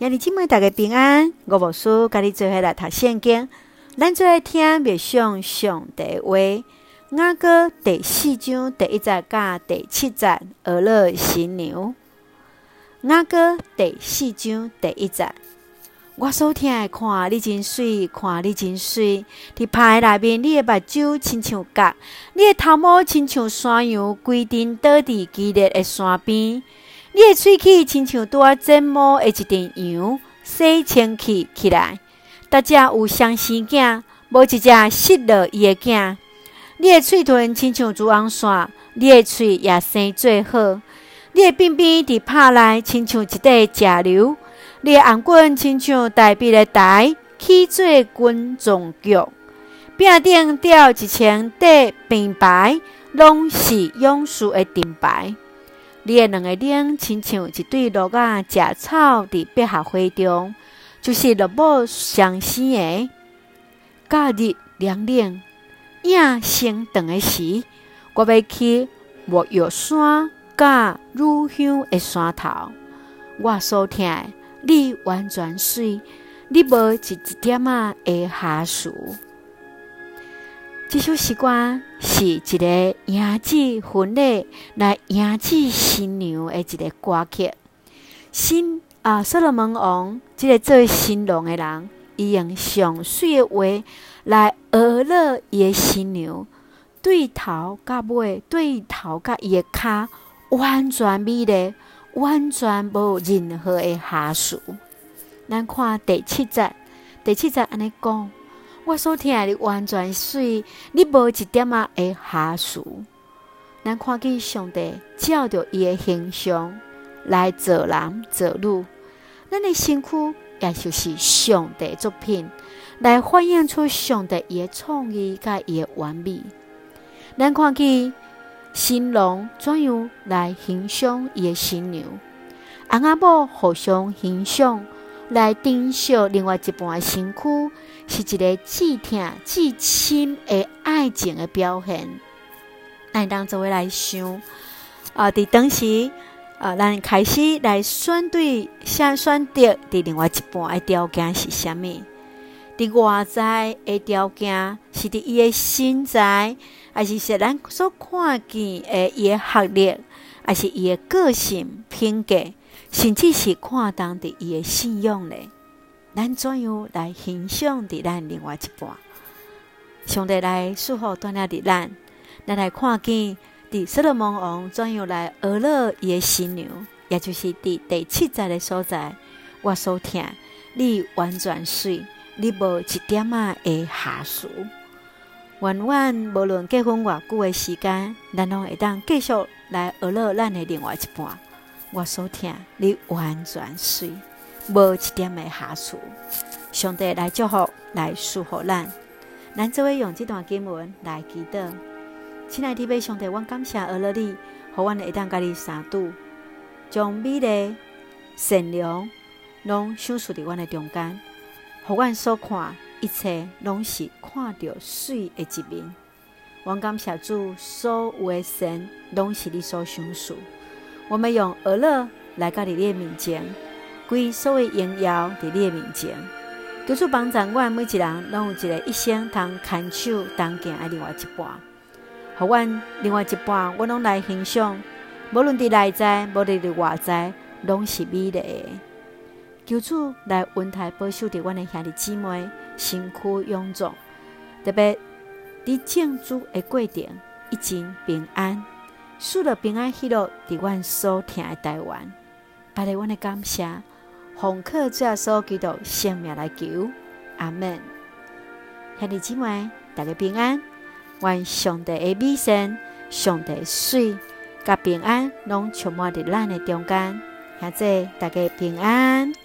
兄弟姊妹大家平安，我牧师甲你做伙来读圣经，咱做来听默想上帝话。雅歌第4章第1节甲第7节，俄勒新娘。雅歌第4章第1节，我所听的看你真水，看你真水。伫拍内面，你的目睭亲像角，你的头毛亲像山羊，规阵倒伫激烈的山边。你的喙齿亲像拄啊剪毛的一阵羊，洗清气起来。大只有双生囝，无一只失落伊的囝。你的喙唇亲像珠红线，你的喙也生最好。你的边边伫拍内，亲像一块石榴。你的红棍亲像大笔的台，起做军状剧。柄顶吊一千块平牌，拢是勇士的盾牌。你的两个领亲像一对鹿仔食草伫百合花中，就是绿母相生的。假日凉冷，影升长的时，我要去莫药山甲乳香的山头。我所听的，你完全水，你无一点仔会下输。这首诗歌是一个迎接婚礼来迎接新娘的一个歌曲。所罗门王这个做新郎的人，伊用上水的话来讹勒伊的新娘，对头甲尾，对头甲伊的骹，完全美丽，完全无任何的瑕疵。咱看第7节，第7节安尼讲。我所听的完全水，你无一点仔会瑕疵。咱看见上帝照着伊的形象来造男造女，咱的身躯也就是上帝作品，来反映出上帝伊的创意甲伊的完美。咱看见新郎怎样来欣赏伊的新娘，翁仔某互相欣赏，来珍惜另外一半的身躯。是一个至疼至亲的爱情的表现。咱当作为来想，伫当时，咱开始来选择伫另外一半的条件是啥物？伫外在的条件是伫伊的身材，还是咱所看见的伊的学历，还是伊的个性品格，甚至是看重伫伊的信仰呢？咱怎样来欣赏伫咱另外一半？上帝来赐福锻炼伫咱来看见伫所罗门王怎样来讹勒伊的新娘，也就是伫第7节的所在。我所听，你完全水，你无一点仔会瑕疵。远远无论结婚偌久的时间，咱拢会当继续来讹勒咱的另外一半。我所听，你完全水。无一点的瑕疵，上帝来祝福，来祝福咱。咱做伙用这段经文来祈祷。亲爱的弟上帝，阮感谢讹勒你，互阮会当甲你相拄，将美丽、善良拢享受伫阮的中间，互阮所看一切拢是看到水的一面。阮感谢主，所有的善拢是你所享受。我们用讹勒来到你的面前。归所有荣耀伫你的面前，求主帮助阮每一人，拢有一个一生通牵手同行的另外一半，互阮另外一半，阮拢来欣赏，无论伫内在，无论伫外在，拢是美丽的。求主来恩待保守伫阮的兄弟姊妹，身躯勇壮，特别伫敬主的过程，一真平安，赐了平安喜乐伫阮所听的台湾，拜托阮的感谢。奉靠主耶稣基督圣名来求，阿们。兄弟姊妹，大家平安。愿上帝的美善、上帝的水、甲平安，拢充满伫咱的中间。现在大家平安。